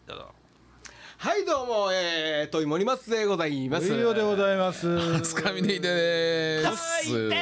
どうぞ。 はいどうも問い森松でございます。 いいよでございます。 つかみでいでーす。 梅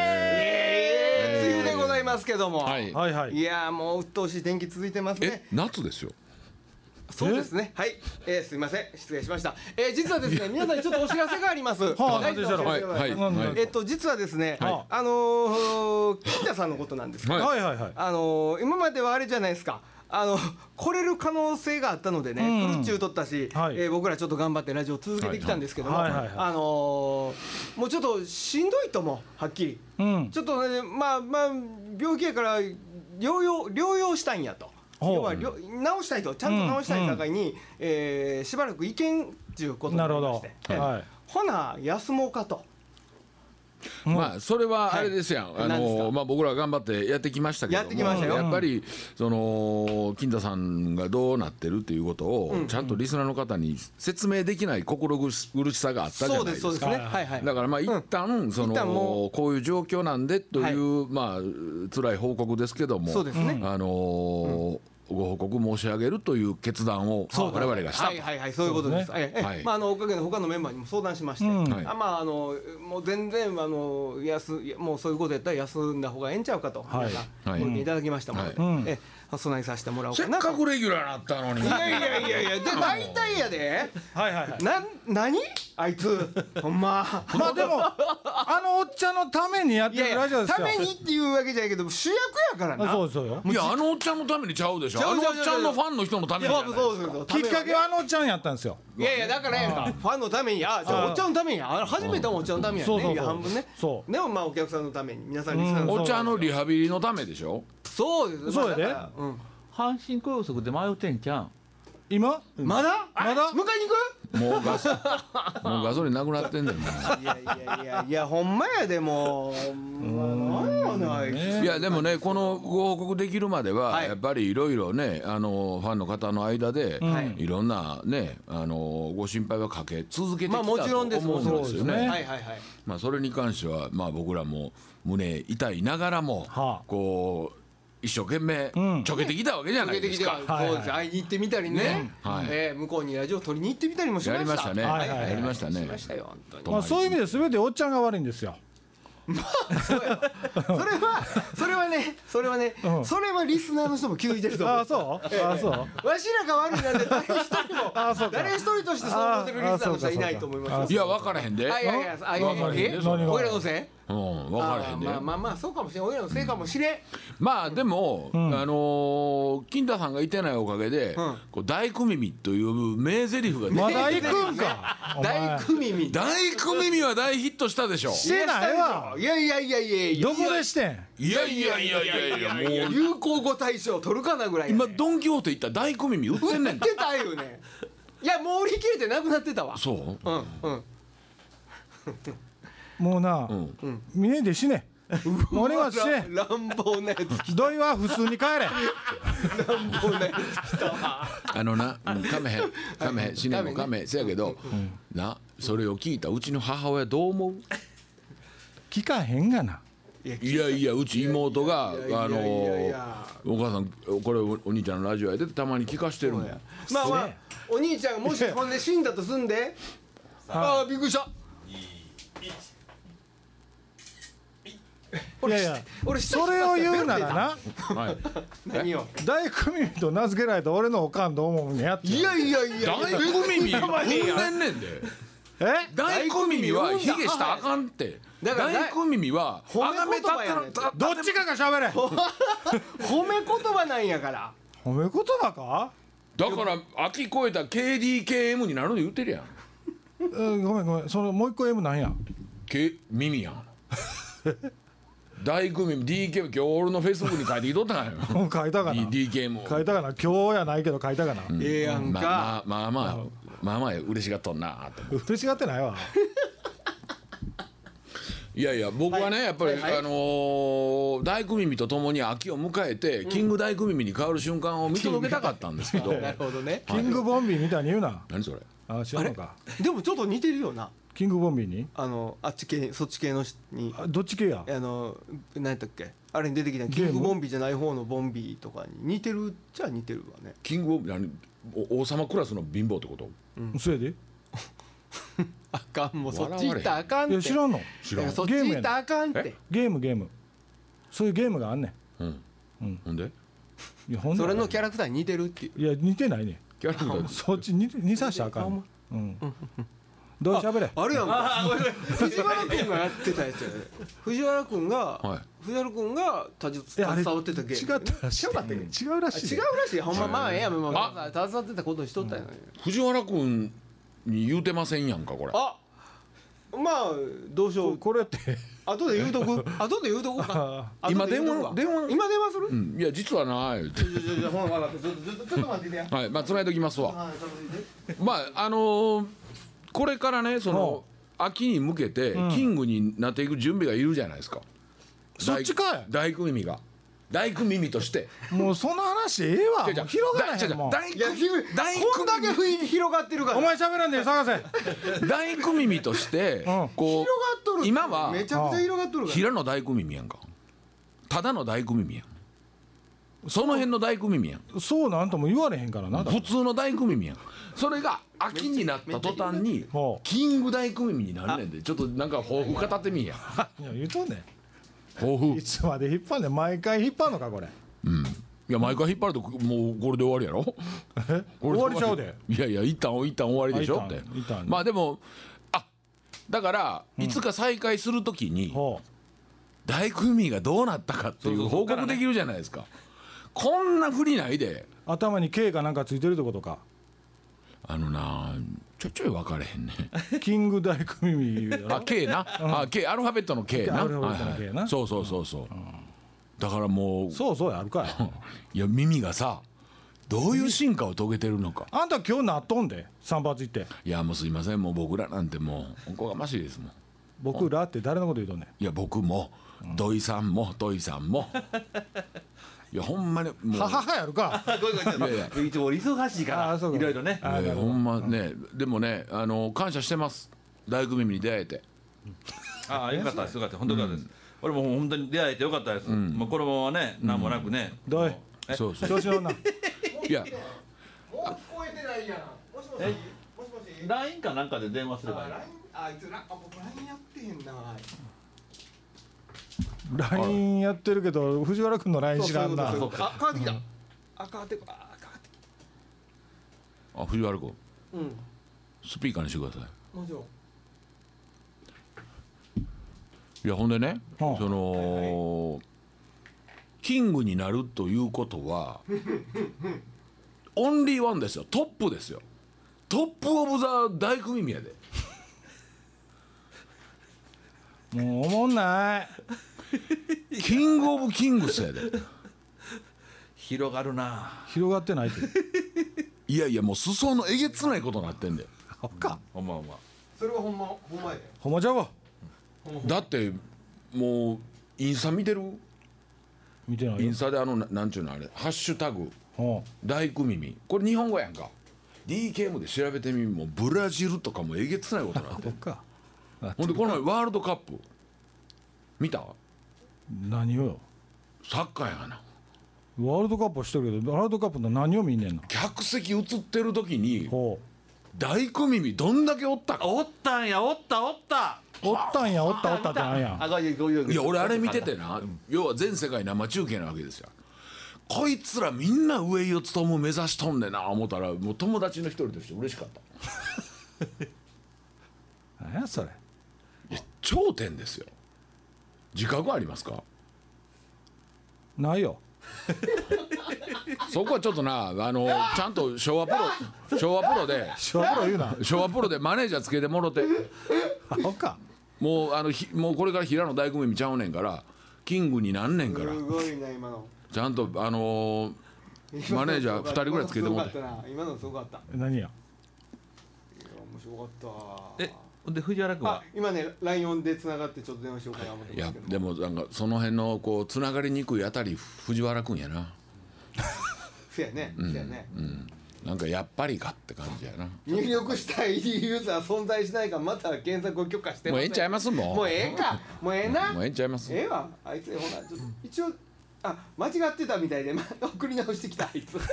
雨でございますけども、 はいはいはい。 いやもう鬱陶しい天気続いてますね。 夏ですよ。 そうですね。はい、すいません失礼しました。実はですね皆さんにちょっとお知らせがあります。 はあ大事なお知らせがございますはいはいはい実はですね、 は金田さんのことなんですけど、 はいはいはいはい。 今まではあれじゃないですか。来れる可能性があったのでね、来るっちゅうとったし、 はい僕らちょっと頑張ってラジオ続けてきたんですけども、 はいはいはいもうちょっとしんどいともはっきり、 うん。 ちょっとねまあ病気やから療養したいんやと。 ほう要は治したいとちゃんと治したい境に、しばらく行けんっていうことになりまして、 なるほどはいほな休もうかと。 まあそれはあれですやん、 はい何ですかまあ僕ら頑張ってやってきましたけども、 やってきましたよやっぱりその金田さんがどうなってるっていうことをちゃんとリスナーの方に説明できない心苦しさがあったじゃないですか。 そうですね。はいはい。 だからまあ一旦そ一旦ものこういう状況なんでというまあ辛い報告ですけども、 そうですねご報告申し上げるという決断を我々がしたと。 はいはいはいそういうことです。 はいまあおかげで他のメンバーにも相談しまして、 はいまあもう全然もうそういうことやったら休んだ方がええんちゃうかと、 はいはいご意見いただきましたもので、 はい備えさせてもらおうせっかなと。 かくレギュラーになったのに。 いやで大体やで。 はいはいはい。 何あいつほんま。 まあでもおっちゃんのためにやってるラジオですよ。 ためにっていうわけじゃないけど主役やからな。 そうですよ。 いやおっちゃんのためにちゃうでしょ。 ちゃうおっちゃんのファンの人のためにじゃないですか。 そうきっかけはおっちゃんやったんですよ。 いやだからやんかファンのためにじゃあおっちゃんのために初めておっちゃんのためやそうね半分ね。 そうでもまあお客さんのために皆さんリスナーのおっちゃんのリハビリのためでしょ。 そうです。 そうやでだから阪神高速で迷ってんじゃん。 今まだまだ迎えに行く。 もうガソリンなくなってんねんもいやほんまやでもなんやないん。いやでもねこのご報告できるまでは、 はいやっぱりいろいろねファンの方の間で、いろんなねご心配はかけ続けてきたとまあもちろんです思うんですよね。 はいはいはい。 まあそれに関してはまあ僕らも胸痛いながらも、 はあこう一生懸命ちょけてきたわけじゃないですか。 そうです。会いに行ってみたりね。 はい向こうにラジオ取りに行ってみたりもしました。 やりましたねはいはいはいやりましたねしましたよ本当に。 まあそういう意味で全ておっちゃんが悪いんですよ。 それはねそれはリスナーの人も気づいてると思う。 ああそうああそう。 わしらが悪いなんて誰一人もあそうか誰一人としてそう思ってるリスナーの人はいないと思いますよ。 いや分からへんで。 いや分からへんで。 何が俺らのせい？ 分からへんで。 まあそうかもしれん。俺らのせいかもしれん。 まあでも、金田さんがいてないおかげで、こう大工耳という名台詞が出てまだ行くんか。 大工耳。 大工耳は大ヒットしたでしょ。 してないわ。 いやどこでしてん。 いやもう流行語大賞取るかなぐらい。 今ドン・キホーテ行ったら大工耳売ってんねん。 出たよね。いやもう売り切れてなくなってたわ。 そううん。 もうな見えでしね。俺はしね。 乱暴なやつ。 土井は普通に帰れ。 乱暴なやつ来たわ。 かめへん死ねもかめへんせやけど、なそれを聞いたうちの母親どう思う？ 聞かへんがな。 いやうち妹がお母さんこれお兄ちゃんのラジオやでてたまに聞かしてるもん。 まあお兄ちゃんがもしほんで死んだとすんで。ああびっくりした。 いやいや俺それを言うならな。 はい何を。 大工耳と名付けられた俺のおかんどう思うんやって。 いや。 大工耳産んでんねんで。大工耳は卑下したらあかんって。 だから大工耳はあがめたってどっちかが喋れ。 褒め言葉なんやから。 褒め言葉か。 だから秋越えた KDKM になるの言ってるやん。 ごめんそのもう一個 M なんや。 耳やん。大工耳 DK 今日俺のフェイスブックに書いてきとったからよ。 書いたかな。 DK も書いたかな。今日やないけど書いたかな。 ええやんか。 まあ嬉しがっとんなと。 嬉しがってないわ。 いや僕はねやっぱり大工耳とともに秋を迎えてキング大工耳に変わる瞬間を見届けたかったんですけど。 なるほどね。 キングボンビーみたいに言うな。 何それ。 あ知らんのか。 でもちょっと似てるよな。 キングボンビーにあっち系そっち系のにどっち系や何やったっけあれに出てきたキングボンビーじゃない方のボンビーとかに似てるっちゃ似てるわね。 キングオブ王様クラスの貧乏ってこと？ それであかんもうそっち行ったらあかんって。 いや知らんの知らん。 そっち行ったらあかんって。 ゲームそういうゲームがあんねんほんでいやほんでそれのキャラクターに似てるっていう。 いや似てないねキャラクターそっち似さしちゃあかんねんどうしゃべれあるやんか藤原君がやってたやつやね。藤原君が携わってたゲーム違ったらしい違うらしい違うらしい。ほんままあええやん。携わってたことにしとったんやのに。 藤原君に言うてませんやんかこれ。 あまあどうしよう。 これって後で言うとくか。 今電話今電話する？ いや実はな言うてじゃほんまちょっと待っててや。 はいまあ繋いどきますわ。まあこれからねその秋に向けてキングになっていく準備がいるじゃないですか。 そっちかい大工耳が大工耳としてもうその話ええわもう広がらへんもん大いやこんだけ不意に広がってるから。 お前喋らんで探せ大工耳としてこ広がっとうる。 今はめちゃくちゃ広がっとるから。 平野大工耳やんか。ただの大工耳やん。その辺の大工耳やん。 そうなんとも言われへんからな普通の大工耳やん。それが秋になった途端にキング大工耳になるねんでちょっとなんか抱負語ってみんや。 いや言うとんね抱負んいつまで引っ張んねん毎回引っ張んのかこれいや毎回引っ張るともうこれで終わりやろ。 終わりちゃうでいやいや一旦終わりでしょって。 一旦まあでもだからいつか再開するときにほ大工耳がどうなったかっていう報告できるじゃないですか。こんなふりないで。 う頭に K かなんかついてるってことかちょい分かれへんね。 キング大工耳やろ K なK アルファベットの K な。 アルファベットの K なそうだからもうそうやるかいいや耳がさどういう進化を遂げてるのか。 あんた今日なっとんで散髪行っていやもうすいませんもう僕らなんてもうおこがましいですもん。 僕らって誰のこと言うとんねんいや僕も土井さんもいやほんまにもうはははやるかいやいやいつも忙しいかあそうからいろいろねほんまねでもね感謝してます。大工耳に出会えて。 ああよかったですよかった本当よかったです俺も本当に出会えてよかったですもうこのままね何もなくねどいそう調子乗んないやもう聞こえてないやん。もしもし。もしもし。 LINE かなんかで電話すればいいあいつ僕 LINE やってへんな。 LINE やってるけど藤原君の LINE 知らんなそうあ変わってきた。変わって変わって藤原君うんスピーカーにしてください。 もちろん。 いやほんでねはあそのキングになるということはオンリーワンですよ。トップですよ。トップオブザ大工耳やで。 もうおもんないキングオブキングスやで。 広がるな広がってないっていやいやもう裾のえげつないことになってんで。 ほっかほんまほんまそれはほんまやで。 ほんまちゃうわだってもうインスタ見てる？イン見てないよスタでなんちゅうのあれハッシュタグほ大工耳これ日本語やんか。 DKM で調べてみもうブラジルとかもえげつないことになってっかほんでこの前ワールドカップ見た？ 何をよサッカーやがな。 ワールドカップはしてるけどワールドカップの何を見んねんの客席映ってる時にほ大工耳どんだけおったか。 おったんやおったうおったんやおったってなんやあごめんごめんいや俺あれ見ててな要は全世界生中継なわけですよ。こいつらみんな上井を務む目指しとんねんな思ったらもう友達の一人として嬉しかった。 何やそれいや頂点ですよ。自覚ありますか？ ないよそこはちょっとなちゃんと昭和プロでショープロ言うな昭和プロでマネージャーつけてもろてほっかもうもうこれから平野大工耳ちゃうねんからキングになんねんからすごいな今の。 ちゃんとマネージャー2人ぐらいつけてもらって。 今のすごかったな。 何やいや面白かった。 で藤原君は今ね LINE でつながってちょっと電話しようかな思っていやますけど。 でもなんかその辺のこうつながりにくいあたり藤原君やな。 せやねせやね。 なんかやっぱりかって感じやな。 入力した ID ユーザー存在しないかまた検索を許可してません。 もうええんちゃいますもん。 もうええかもうええなもうええんちゃいます。 ええわあいつほらちょっと一応間違ってたみたいで送り直してきたあいつ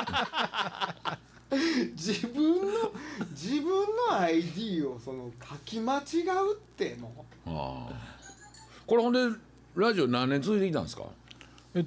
自分の ID をその書き間違うってもうああ。これほんでラジオ何年続いてきたんですか。 はい、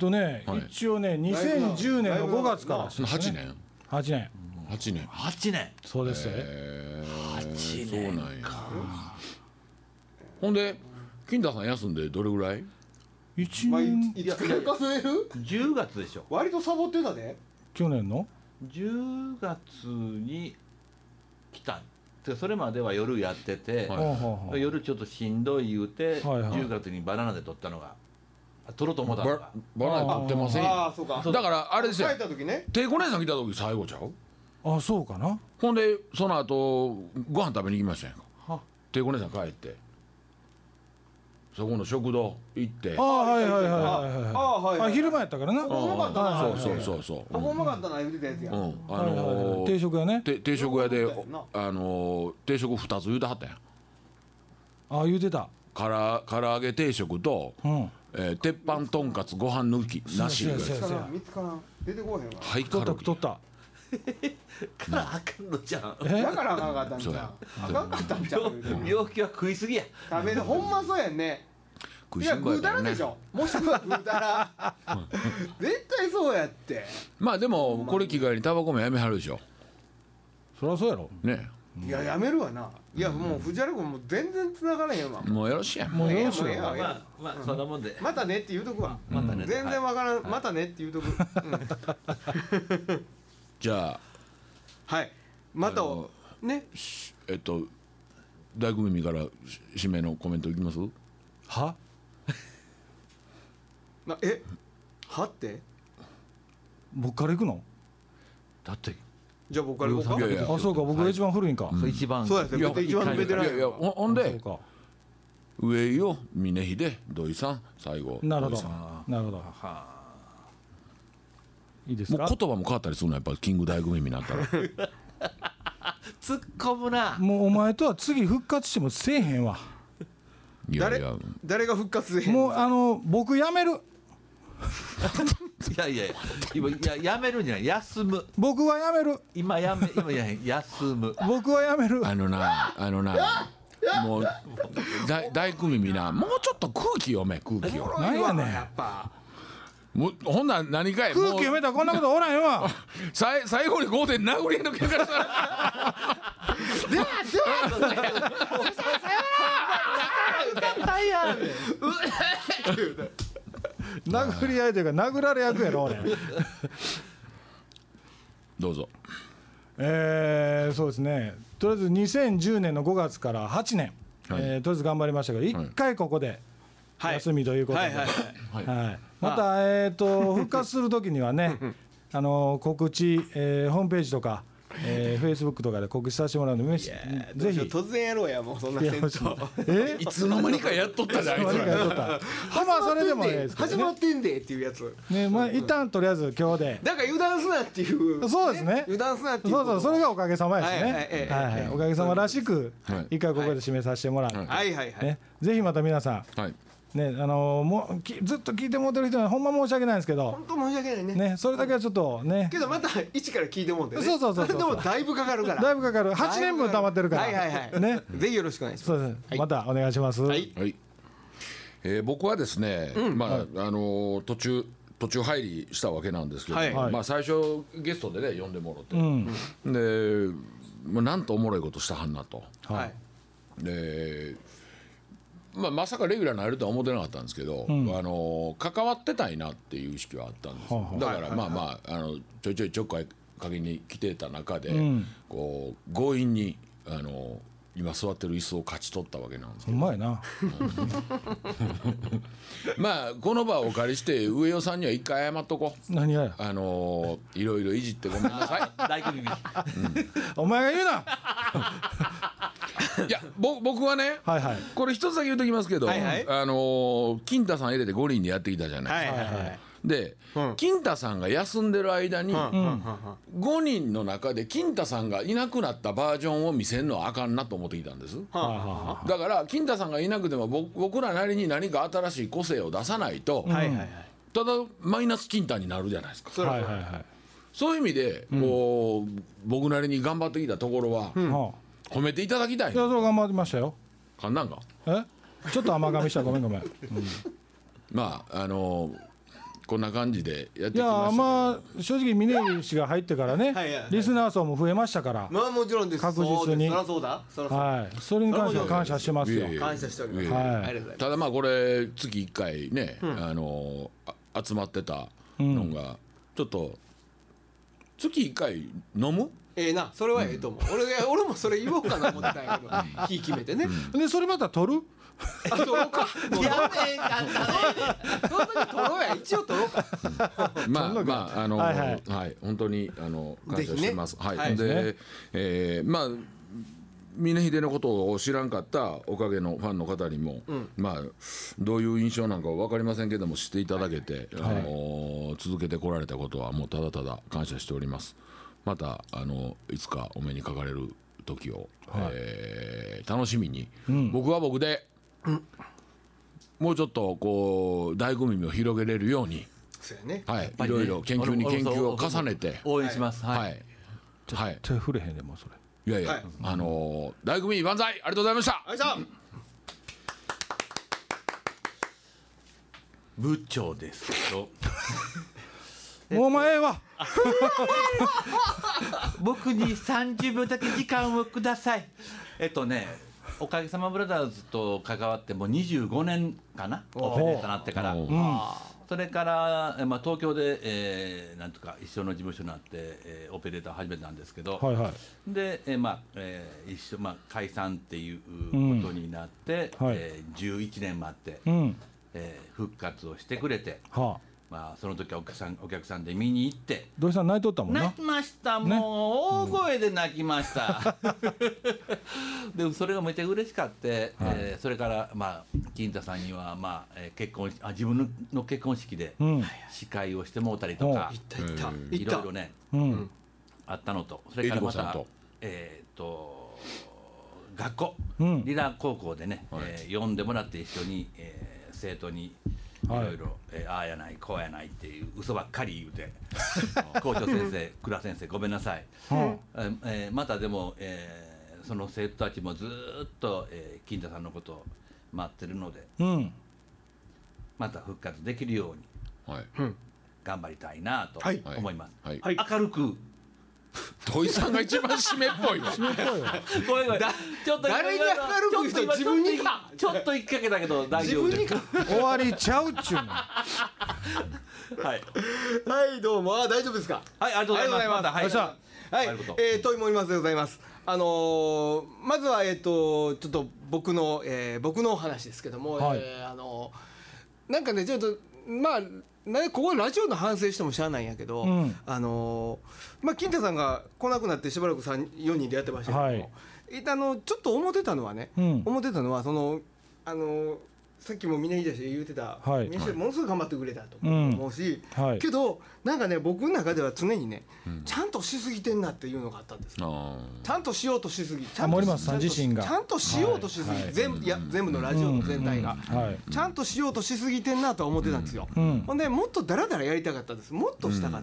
一応ね2010年の5月からその8年。 8年 8年。 8年そうですよ、 8 そう年なんや。ほんで金田さん休んでどれぐらい。 1 まあ年いつくらい数える 10月でしょ。 割とサボってたで去年の 10月に来た。でそれまでは夜やってて、 はいほうほうほう夜ちょっとしんどい言うて、 はいはい 10月にバナナで撮ったのが撮ろうと思ったのがバナナ取ってませんよ。 ああそうかだからあれですよ帰。った時ね帝子姉さん来た時最後ちゃう。 あそうかなほんでその後ご飯食べに行きましたやんか。 は帝子姉さん帰ってそこの食堂行って。 あはいはいはいはいあはいはい昼間やったからなうまかったなそうそうそうそう。 あうまかったな言ってたやつやうん。 はいはいはい定食屋ね定食屋でそうだよな定食2つ言うてはったやん。 あ言うてた唐揚げ定食と、 うん鉄板とんかつご飯抜きなしいうやつ。 そうやそうや見つからん出てこうへんわハイ太カロリー。 った太ったからあかんのじゃん。 えだからあかんかったんじゃんそうやあかんかったんじゃん病気は食いすぎや。 食べるほんまそうやんね食いいや食うしん坊やからねたらでしょもしくは食うたら絶対そうやってまあでもこれ機会にタバコもやめはるでしょそりゃそうやろね。 いややめるわないやもう藤原君もう全然繋がらへんわもうよろしいやん。 もうよろしいもうええわわまあまあそんなもんで。 またねって言うとくわまたね。 全然わからんまたねって言うとくじゃあはいまたね大工耳から締めのコメントいきます。 ははって僕から行くのだってじゃあ僕から行こうかいやいやあそうか僕が一番古いんか一番そうやですね一番ベテランいやいやほんでそうか上井を峰秀土井さん最後なるほど土井さん。 なるほどいいですかもう言葉も変わったりするのやっぱりキング大工耳になったら。 突っ込むな。 もうお前とは次復活してもせえへんわいやいや誰が復活せへんもう僕辞めるいやいや今やめるんじゃない休む。 僕は辞める今や休む。 僕は辞めるあのなもう大工耳なもうちょっと空気読め空気を。 なんやねんやっぱもうほんなら何かい空気読めたらこんなことおらんよわ最後に5点殴りの喧嘩したら殴り合いというか殴られ役やろ俺どうぞ。 そうですねとりあえず2010年の5月から8年、 はいとりあえず頑張りましたけど1回ここで休みということで、 はいはいはいはいまた、復活する時にはね告知、ホームページとか、Facebook とかで告知させてもらうのでぜひ突然やろうやもうそんな戦闘いつの間にかやっとったじゃんあいつら。 まあそれでもいいですけど始まってんでっていうやつねまあ一旦とりあえず今日でだから油断すなっていうそうですね油断すなっていうそうそうそれがおかげさまですはいはいねはいはいはいおかげさまらしくはい一回ここで締めさせてもらってはいはいはいねぜひまた皆さんはいねもうずっと聞いてもらってる人にはほんま申し訳ないんですけど本当申し訳ないねねそれだけはちょっとねけどまた一から聞いてもんでねそうそうそうそうれでもだいぶかかるからだいぶかかる8年分溜まってるからはいはいはいねぜひよろしくお願いしまそうですまたお願いしますはいはい僕はですねまあ途中入りしたわけなんですけどはいまあ最初ゲストでね呼んでもらうんってでまあなんとおもろいことしたはんなとすはいでまさかレギュラーになれるとは思ってなかったんですけど関わってたいなっていう意識はあったんですよだからまあまあちょいちょいちょっかいかけに来てた中でこう強引に今座ってる椅子を勝ち取ったわけなんですけどうまいなまあこの場をお借りして上尾さんには一回謝っとこう何やいろいろいじってごめんなさ大工耳。 お前が言うないや僕はねはいはいこれ一つだけ言うときますけどはいはい金太さん入れて五輪でやってきたじゃないですかはいはいはいで、金太さんが休んでる間に5人の中で金太さんがいなくなったバージョンを見せるのはあかんなと思っていたんです。だから金太さんがいなくても僕らなりに何か新しい個性を出さないと、ただマイナス金太になるじゃないですか。そういう意味でこう僕なりに頑張ってきたところは褒めていただきたい。 いや、そう頑張りましたよ。 かんなんかちょっと甘噛みした、ごめんごめん。 まあこんな感じでやってきいやましたけど、 まあ正直峰氏が入ってからね、リスナー層も増えましたから、 まあもちろんです。 確実にそらそうだ。 はい、それに関しては感謝してますよ。 感謝しております。 はいありがとうございます。 ただまあこれ月1回ね、集まってたのがちょっと月1回飲むそれはええと思う。俺もそれ言おうかな思ってたんやけど、日決めてね。 でそれまた取る？ あ、取ろうか。やめんかったね。その時取ろうや。一応取ろうか。 まあはい本当に感謝してます。はいでまあ峰秀のことを知らんかったおかげのファンの方にも、まあどういう印象なんかは分かりませんけども知っていただけて、続けてこられたことはもうただただ感謝しております。またいつかお目にかかれる時を、楽しみに、僕は僕で、もうちょっとこう醍醐味を広げれるように、 そうやね。 いろいろ研究に研究を重ねて応援します。 手触れへんでもそれ。 いやいや、醍醐味万歳、ありがとうございました。 部長ですけどお前は僕に30秒だけ時間をください。おかげさまブラザーズと関わってもう25年かな、オペレーターになってから。それから、東京で、なんとか一緒の事務所になって、オペレーターを始めたんですけど、で、一緒、解散っていうことになって、11年待って、復活をしてくれて、その時はお客さんで見に行って土井さん泣いとったもんな。 泣きました、もう大声で泣きました、でもそれがめっちゃ嬉しかって、それから金太さんには自分の結婚式で司会をしてもうたりとか、いろいろねあったのと、それからまた学校リラ高校でね呼んでもらって一緒に生徒にいろいろああやないこうやないっていう嘘ばっかり言うて校長先生倉先生ごめんなさい、またでもその生徒たちもずっと金太さんのことを待ってるので、また復活できるように頑張りたいなと思います。明るく土井さんが一番締めっぽいわ。 ごめんちょっと誰に明るく言う人、自分にか。 ちょっと言いかけたけど大丈夫です。 終わりちゃうっちゅうの。 はいどうも。大丈夫ですか。 はい、ありがとうございます。また問いもりますでございます。まずはちょっと僕のお話ですけども、なんかねちょっとここラジオの反省してもしゃあないんやけど、金太さんが来なくなってしばらく4人でやってましたけども、ちょっと思ってたのはそのさっきも峰秀氏言ってた、峰秀ものすごい頑張ってくれたと思うし、けどなんかね僕の中では常にね、ちゃんとしすぎてんなっていうのがあったんです。ちゃんとしようとしすぎ、 森松さん自身がちゃんとしようとしすぎ、全部のラジオの全体がちゃんとしようとしすぎてんなとは思ってたんですよ。ほんでもっとダラダラやりたかったです。もっとしたかった、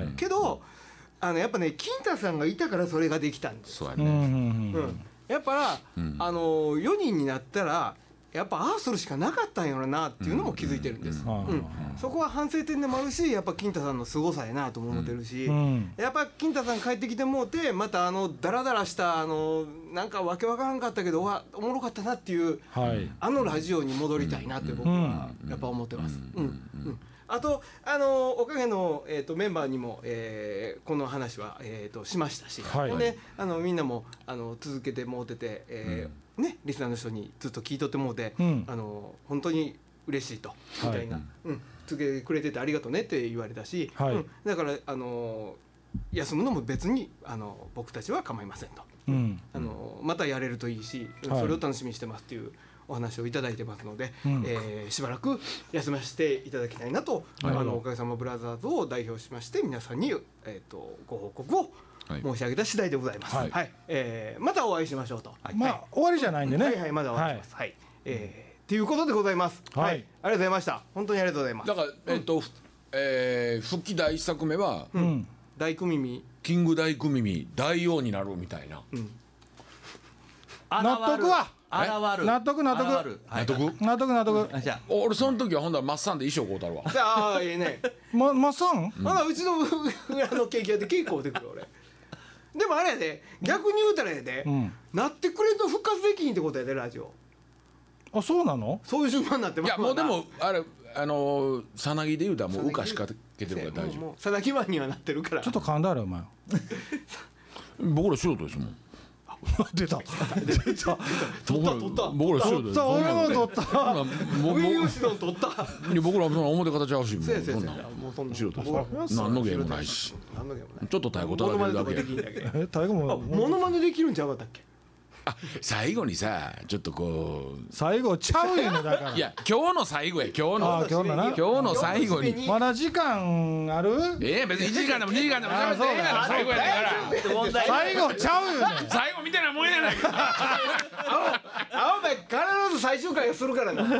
けどやっぱね金太さんがいたからそれができたんです。 そうやね。 やっぱ4人になったらやっぱああするしかなかったんやろなっていうのも気づいてるんです。そこは反省点でもあるし、やっぱ金太さんの凄さやなとも思ってるし、やっぱ金太さん帰ってきてもうて、またダラダラしたなんかわけわからんかったけどおもろかったなっていう、ラジオに戻りたいなって僕はやっぱ思ってます。あとおかげの、メンバーにも、この話は、しましたし、でみんなも続けてもうてて、リスナーの人にずっと聞いとってもうて、本当に嬉しいとみたいな、続けてくれててありがとうねって言われたし、だから休むのも別に僕たちは構いませんと、またやれるといいし、それを楽しみにしてますっていうお話をいただいてますので、しばらく休ませていただきたいなと、おかげさまブラザーズを代表しまして皆さんに、ご報告を申し上げた次第でございます。はい、またお会いしましょうと。 まあ終わりじゃないんでね。 はいはい、まだお会いします。はい、っていうことでございます。はい、ありがとうございました。本当にありがとうございます。 だから復帰第1作目は大工耳キング大工耳大王になるみたいな。 納得は。納得。 俺その時はほんだらマッサンで衣装買うたるわ。 ああいいね。 マッサン？ うちの裏のケーキ屋で結構でくる俺。でもあれやで、逆に言うたらやで、なってくれんと復活できひんってことやでラジオ。 あ、そうなの？ そういう順番になってます。 いやもうでもあれさなぎで言うたらもううかしかけてるから大丈夫。 さなぎマンにはなってるから。 ちょっと噛んだあれお前。 僕ら素人ですもん。 出た。 取った僕ら素人です。 俺も取った。 取った。 僕らその表方ちゃうし、もうそんな素人です。何のゲームもないし。ちょっと太鼓叩けるだけ。 太鼓もモノマネできるんちゃうかったっけ？ 最後にさちょっとこう最後ちゃうよねだから。 いや今日の最後や今日の最後にまだ時間ある？ 別に1時間でも2時間でも最後やねんから最後ちゃうよね。 最後みたいなもんやないか。 お前必ず最終回をするからな。それ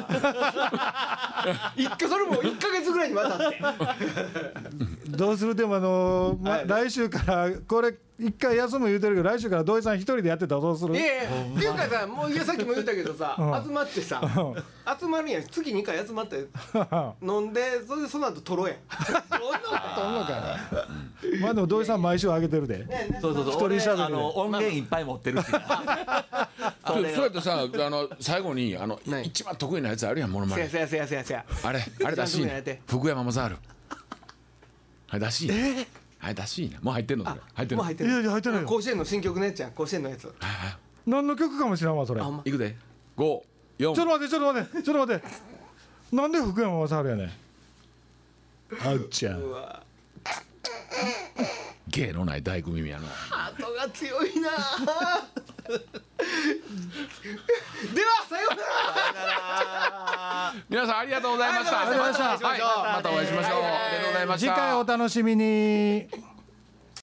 も1ヶ月ぐらいにわたって。 どうする？でも来週からこれ一回休む言うてるけど来週から土井さん一人でやってたらどうする？ っていうかさ、もうさっきも言ったけどさ、集まってさ集まるやん、月2回集まって飲んで、それでその後撮ろうやん。撮んのか。 まあでも土井さん毎週あげてるで。 そう一人喋りで音源いっぱい持ってるし。 そうやってさ最後に一番得意なやつあるやんモノマネ。 せや。 あれ出しいな。福山雅治。あれ出しいな。あれ出しいな。もう入ってんのそれ。入ってんの。 いや入ってないよ。 甲子園の新曲のやつやん。甲子園のやつ。 何の曲かもしれんわそれ。 いくで。5、4。 ちょっと待って。なんで福山雅治やねん。あっちゃん。 芸のない大工耳やの。 ハートが強いな。ではさようなら。 皆さんありがとうございました。 ありがとうございました。 またお会いしましょう。ありがとうございました。 次回お楽しみに。